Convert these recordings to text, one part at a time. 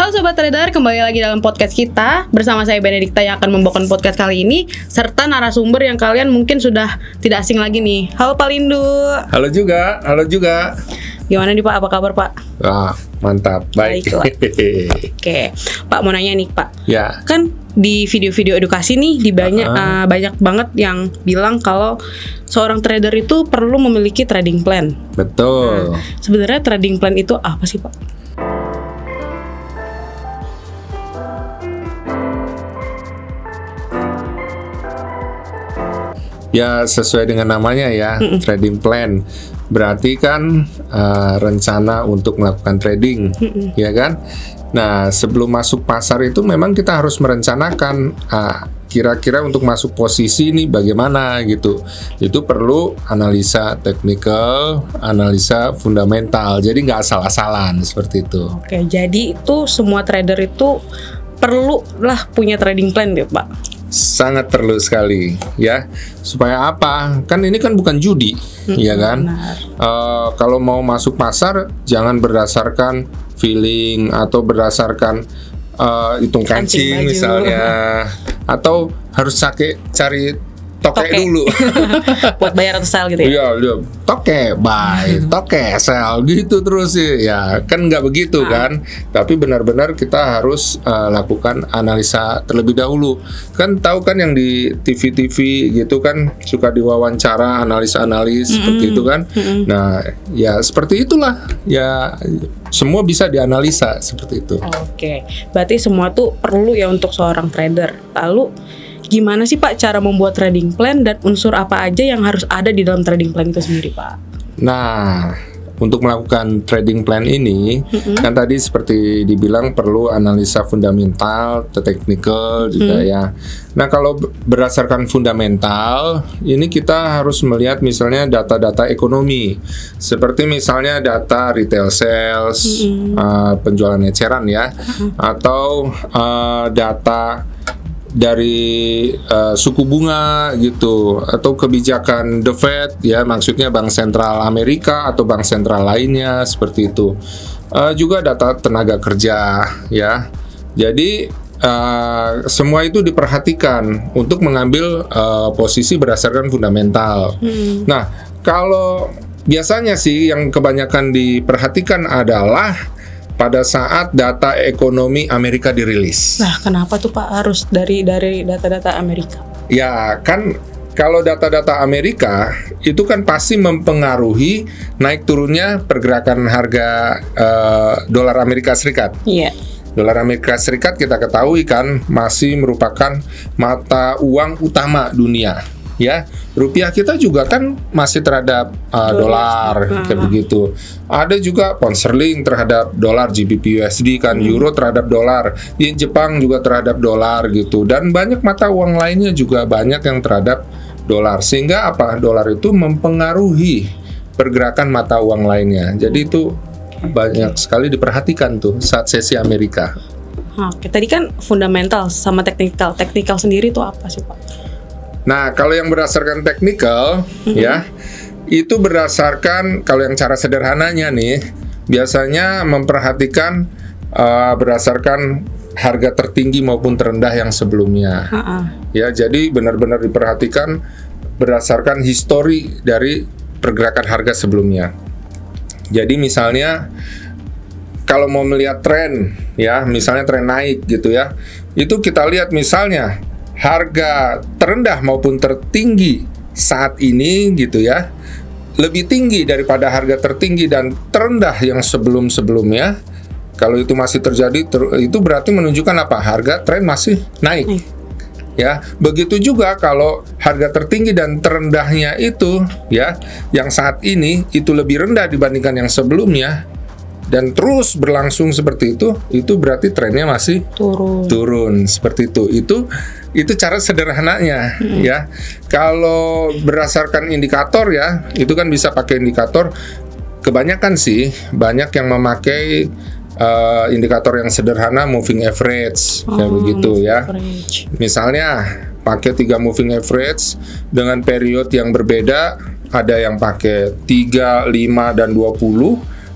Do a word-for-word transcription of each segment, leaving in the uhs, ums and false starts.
Halo Sobat Trader, kembali lagi dalam podcast kita. Bersama saya Benedikta yang akan membawakan podcast kali ini, serta narasumber yang kalian mungkin sudah tidak asing lagi nih. Halo Pak Lindu. Halo juga, halo juga. Gimana nih Pak, apa kabar Pak? Wah, mantap, baik. Oke, Pak mau nanya nih Pak. Ya. Kan di video-video edukasi nih di banyak uh-huh. uh, banyak banget yang bilang kalau seorang trader itu perlu memiliki trading plan. Betul. Nah, sebenarnya trading plan itu apa sih Pak? Ya, sesuai dengan namanya ya, Mm-mm. trading plan. Berarti kan uh, rencana untuk melakukan trading, Mm-mm. ya kan? Nah, sebelum masuk pasar itu memang kita harus merencanakan uh, kira-kira untuk masuk posisi ini bagaimana gitu. Itu perlu analisa teknikal, analisa fundamental. Jadi nggak asal-asalan seperti itu. Oke, jadi itu semua trader itu perlu lah punya trading plan deh Pak. Sangat perlu sekali ya. Supaya apa? Kan ini kan bukan judi, hmm, ya kan? Uh, kalau mau masuk pasar jangan berdasarkan feeling atau berdasarkan uh, hitung kancing misalnya, atau harus cari cari toke, toke dulu buat bayar atau sell gitu ya? Iya, iya. Toke buy, toke sell gitu terus sih. Ya kan nggak begitu ah. kan? Tapi benar-benar kita harus uh, lakukan analisa terlebih dahulu. Kan tahu kan yang di T V-T V gitu kan suka diwawancara analis-analis mm-hmm. seperti itu kan? Mm-hmm. Nah, ya seperti itulah. Ya semua bisa dianalisa seperti itu. Oke, berarti semua tuh perlu ya untuk seorang trader. Lalu gimana sih Pak cara membuat trading plan dan unsur apa aja yang harus ada di dalam trading plan itu sendiri Pak? Nah, untuk melakukan trading plan ini mm-hmm. kan tadi seperti dibilang perlu analisa fundamental, teknikal juga mm. ya. Nah, kalau berdasarkan fundamental, ini kita harus melihat misalnya data-data ekonomi, seperti misalnya data retail sales, mm-hmm. uh, penjualan eceran ya, mm-hmm. atau uh, data dari uh, suku bunga gitu, atau kebijakan The Fed ya, maksudnya Bank Sentral Amerika atau bank sentral lainnya seperti itu. Uh, juga data tenaga kerja ya. Jadi uh, semua itu diperhatikan untuk mengambil uh, posisi berdasarkan fundamental. Hmm. Nah, kalau biasanya sih yang kebanyakan diperhatikan adalah pada saat data ekonomi Amerika dirilis. Nah, kenapa tuh Pak harus dari dari data-data Amerika? Ya, kan kalau data-data Amerika itu kan pasti mempengaruhi naik turunnya pergerakan harga uh, dolar Amerika Serikat. Iya. Dolar Amerika Serikat kita ketahui kan masih merupakan mata uang utama dunia. Ya, rupiah kita juga kan masih terhadap uh, dolar uh-huh. kayak begitu. Ada juga pound sterling terhadap dolar, G B P U S D kan, hmm. euro terhadap dolar, yen Jepang juga terhadap dolar gitu. Dan banyak mata uang lainnya juga banyak yang terhadap dolar. Sehingga apa? Dolar itu mempengaruhi pergerakan mata uang lainnya. Jadi itu banyak sekali diperhatikan tuh saat sesi Amerika. Oke, tadi kan fundamental sama teknikal. Teknikal sendiri itu apa sih Pak? Nah, kalau yang berdasarkan teknikal, mm-hmm. ya, itu berdasarkan, kalau yang cara sederhananya nih, biasanya memperhatikan uh, berdasarkan harga tertinggi maupun terendah yang sebelumnya. Uh-uh. Ya, jadi benar-benar diperhatikan berdasarkan histori dari pergerakan harga sebelumnya. Jadi misalnya, kalau mau melihat tren, ya, misalnya tren naik gitu ya, itu kita lihat misalnya harga terendah maupun tertinggi saat ini gitu ya, lebih tinggi daripada harga tertinggi dan terendah yang sebelum-sebelumnya. Kalau itu masih terjadi, ter- itu berarti menunjukkan apa? Harga tren masih naik. Hmm. Ya, begitu juga kalau harga tertinggi dan terendahnya itu ya, yang saat ini itu lebih rendah dibandingkan yang sebelumnya dan terus berlangsung seperti itu, itu berarti trennya masih turun. Turun seperti itu. Itu itu cara sederhananya hmm. ya. Kalau berdasarkan indikator ya, itu kan bisa pakai indikator. Kebanyakan sih banyak yang memakai uh, indikator yang sederhana, moving average oh, kayak begitu ya. Average. Misalnya pakai tiga moving average dengan periode yang berbeda, ada yang pakai tiga, lima dan dua puluh.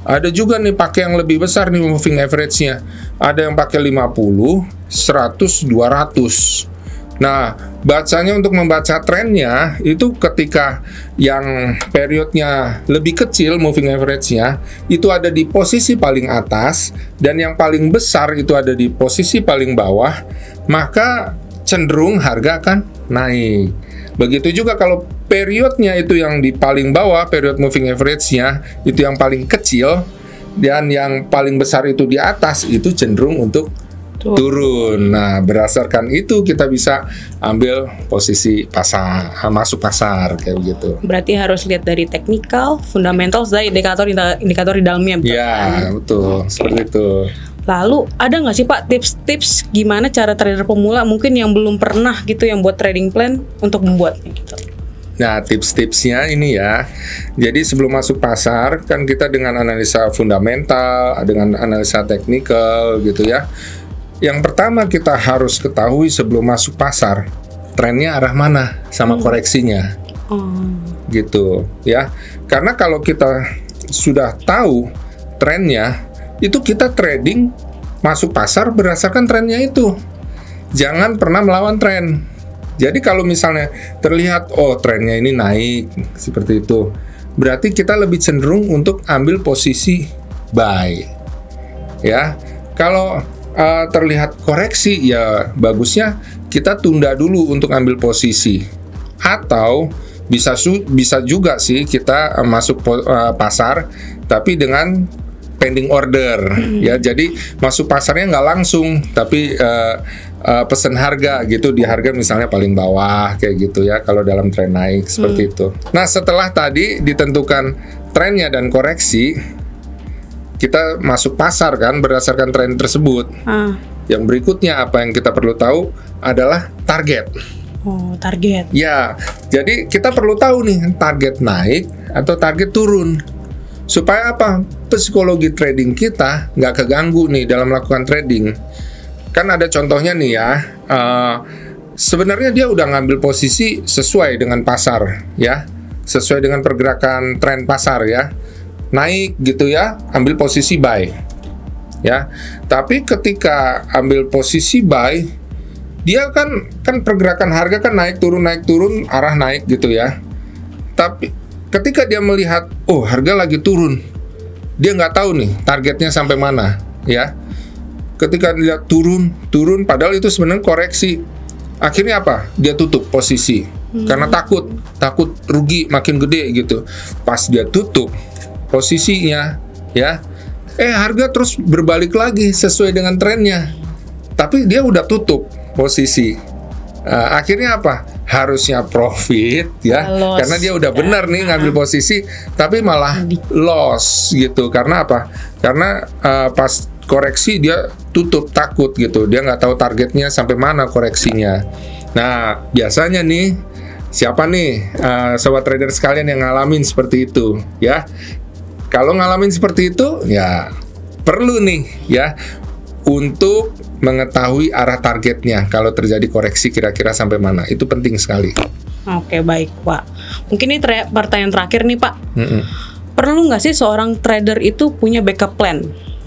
Ada juga nih pakai yang lebih besar nih moving average-nya. Ada yang pakai lima puluh, seratus, dua ratus. Nah, bacanya untuk membaca trennya itu ketika yang periodnya lebih kecil moving average-nya itu ada di posisi paling atas dan yang paling besar itu ada di posisi paling bawah, maka cenderung harga akan naik. Begitu juga kalau periodnya itu yang di paling bawah, period moving average-nya itu yang paling kecil dan yang paling besar itu di atas, itu cenderung untuk turun. Nah, berdasarkan itu kita bisa ambil posisi pasar, masuk pasar kayak begitu. Berarti harus lihat dari technical, fundamental, dan indikator indikator di dalamnya. Betul, ya, kan? betul, seperti itu. Lalu ada nggak sih Pak tips-tips gimana cara trader pemula mungkin yang belum pernah gitu yang buat trading plan untuk membuatnya gitu? Nah, tips-tipsnya ini ya. Jadi sebelum masuk pasar kan kita dengan analisa fundamental, dengan analisa teknikal gitu ya. Yang pertama kita harus ketahui sebelum masuk pasar, trennya arah mana sama koreksinya. Hmm. Gitu ya. Karena kalau kita sudah tahu trennya, itu kita trading masuk pasar berdasarkan trennya itu. Jangan pernah melawan tren. Jadi kalau misalnya terlihat oh trennya ini naik seperti itu, berarti kita lebih cenderung untuk ambil posisi buy. Ya. Kalau Uh, terlihat koreksi, ya bagusnya kita tunda dulu untuk ambil posisi. Atau bisa su bisa juga sih kita uh, masuk uh, pasar tapi dengan pending order. Mm-hmm. Ya, jadi masuk pasarnya nggak langsung tapi uh, uh, pesen harga gitu di harga misalnya paling bawah kayak gitu ya kalau dalam tren naik seperti mm. itu. Nah, setelah tadi ditentukan trennya dan koreksi, kita masuk pasar kan berdasarkan tren tersebut. Ah. Yang berikutnya apa yang kita perlu tahu adalah target. Oh, target. Ya, jadi kita perlu tahu nih target naik atau target turun. Supaya apa? Psikologi trading kita nggak keganggu nih dalam melakukan trading. Kan ada contohnya nih ya. Uh, sebenarnya dia udah ngambil posisi sesuai dengan pasar ya, sesuai dengan pergerakan tren pasar ya. Naik gitu ya, ambil posisi buy ya. Tapi ketika ambil posisi buy, dia kan kan pergerakan harga kan naik turun naik turun arah naik gitu ya. Tapi ketika dia melihat oh harga lagi turun, dia nggak tahu nih targetnya sampai mana ya. Ketika dilihat turun turun padahal itu sebenarnya koreksi, akhirnya apa? Dia tutup posisi hmm. karena takut takut rugi makin gede gitu. Pas dia tutup posisinya ya, eh harga terus berbalik lagi sesuai dengan trennya, tapi dia udah tutup posisi. Uh, akhirnya apa? Harusnya profit ya, loss. Karena dia udah benar nih ngambil posisi, tapi malah loss gitu. Karena apa? Karena uh, pas koreksi dia tutup takut gitu, dia nggak tahu targetnya sampai mana koreksinya. Nah, biasanya nih siapa nih uh, sobat trader sekalian yang ngalamin seperti itu ya? Kalau ngalamin seperti itu, ya perlu nih ya untuk mengetahui arah targetnya. Kalau terjadi koreksi kira-kira sampai mana, itu penting sekali. Oke, baik Pak. Mungkin ini ter- pertanyaan terakhir nih Pak. Mm-mm. Perlu nggak sih seorang trader itu punya backup plan?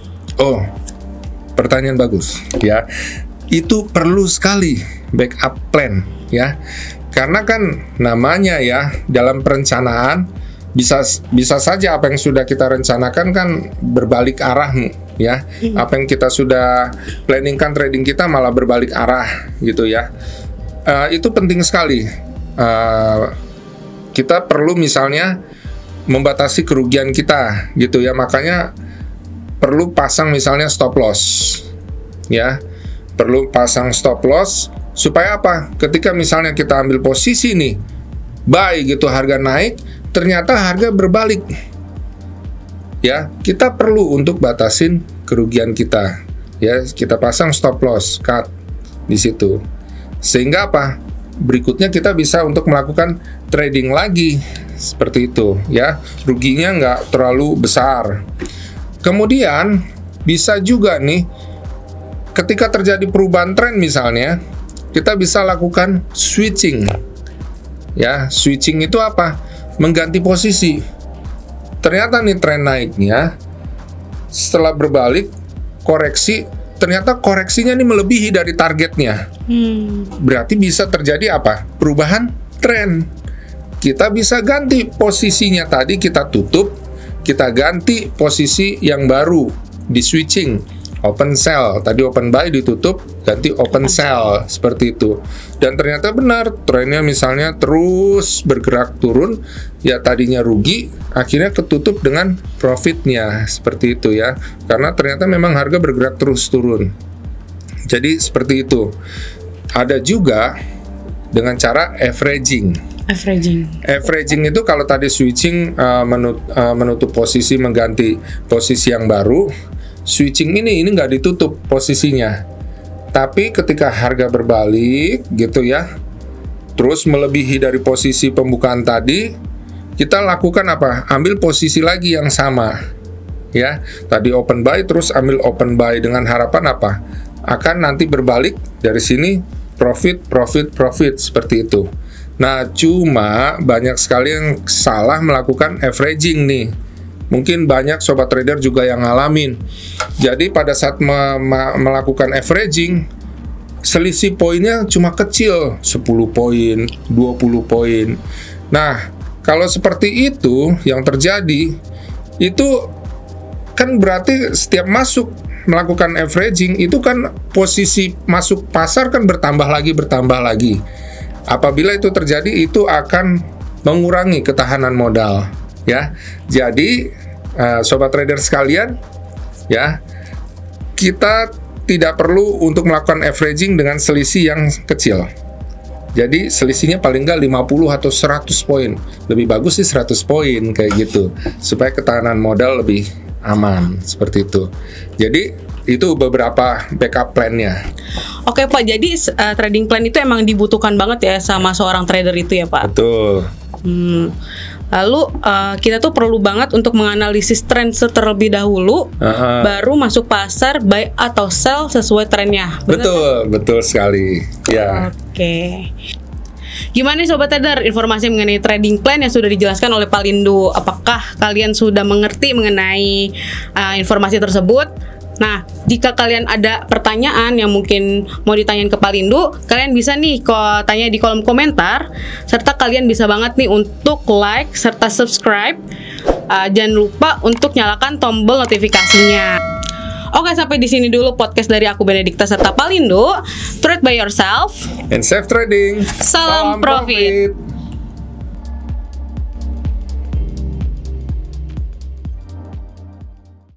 Oh, pertanyaan bagus ya. Itu perlu sekali backup plan ya. Karena kan namanya ya dalam perencanaan bisa bisa saja apa yang sudah kita rencanakan kan berbalik arahmu ya. Hmm. Apa yang kita sudah planningkan trading kita malah berbalik arah gitu ya. Uh, itu penting sekali. Uh, kita perlu misalnya membatasi kerugian kita gitu ya. Makanya perlu pasang misalnya stop loss ya. Perlu pasang stop loss supaya apa? Ketika misalnya kita ambil posisi nih buy gitu harga naik, ternyata harga berbalik ya, kita perlu untuk batasin kerugian kita ya, kita pasang stop loss cut di situ sehingga apa, berikutnya kita bisa untuk melakukan trading lagi seperti itu ya, ruginya nggak terlalu besar. Kemudian bisa juga nih ketika terjadi perubahan tren misalnya, kita bisa lakukan switching ya. Switching itu apa? Mengganti posisi. Ternyata nih tren naiknya setelah berbalik koreksi, ternyata koreksinya ini melebihi dari targetnya. Hmm. Berarti bisa terjadi apa? Perubahan tren. Kita bisa ganti posisinya tadi, kita tutup, kita ganti posisi yang baru di switching. Open sell, tadi open buy ditutup, ganti open sell, seperti itu. Dan ternyata benar, trennya misalnya terus bergerak turun, ya tadinya rugi, akhirnya ketutup dengan profitnya, seperti itu ya. Karena ternyata memang harga bergerak terus turun. Jadi seperti itu. Ada juga dengan cara averaging. Averaging. Averaging itu kalau tadi switching uh, menut, uh, menutup posisi mengganti posisi yang baru, switching ini ini nggak ditutup posisinya, tapi ketika harga berbalik gitu ya, terus melebihi dari posisi pembukaan tadi, kita lakukan apa? Ambil posisi lagi yang sama, ya. Tadi open buy, terus ambil open buy dengan harapan apa? Akan nanti berbalik dari sini profit, profit, profit seperti itu. Nah, cuma banyak sekali yang salah melakukan averaging nih. Mungkin banyak sobat trader juga yang ngalamin. Jadi pada saat me me melakukan averaging, selisih poinnya cuma kecil, sepuluh poin, dua puluh poin. Nah, kalau seperti itu yang terjadi, itu kan berarti setiap masuk melakukan averaging, itu kan posisi masuk pasar kan bertambah lagi, bertambah lagi. Apabila itu terjadi, itu akan mengurangi ketahanan modal. Ya, jadi uh, sobat trader sekalian, ya, kita tidak perlu untuk melakukan averaging dengan selisih yang kecil. Jadi selisihnya paling nggak lima puluh atau seratus poin. Lebih bagus sih seratus poin kayak gitu, supaya ketahanan modal lebih aman seperti itu. Jadi itu beberapa backup plan-nya. Oke Pak, jadi uh, trading plan itu emang dibutuhkan banget ya sama seorang trader itu ya Pak? Betul. Hmm. Lalu uh, kita tuh perlu banget untuk menganalisis tren terlebih dahulu, uh-huh. baru masuk pasar buy atau sell sesuai trennya. Bener betul, kan? Betul sekali. Ya. Oke. Gimana nih Sobat Trader, informasi mengenai trading plan yang sudah dijelaskan oleh Pak Lindu? Apakah kalian sudah mengerti mengenai uh, informasi tersebut? Nah, jika kalian ada pertanyaan yang mungkin mau ditanyain ke Pak Lindu, kalian bisa nih kok tanya di kolom komentar, serta kalian bisa banget nih untuk like serta subscribe. Uh, jangan lupa untuk nyalakan tombol notifikasinya. Oke, sampai di sini dulu podcast dari aku Benedikta serta Pak Lindu. Trade by yourself and safe trading. Salam, Salam profit. profit.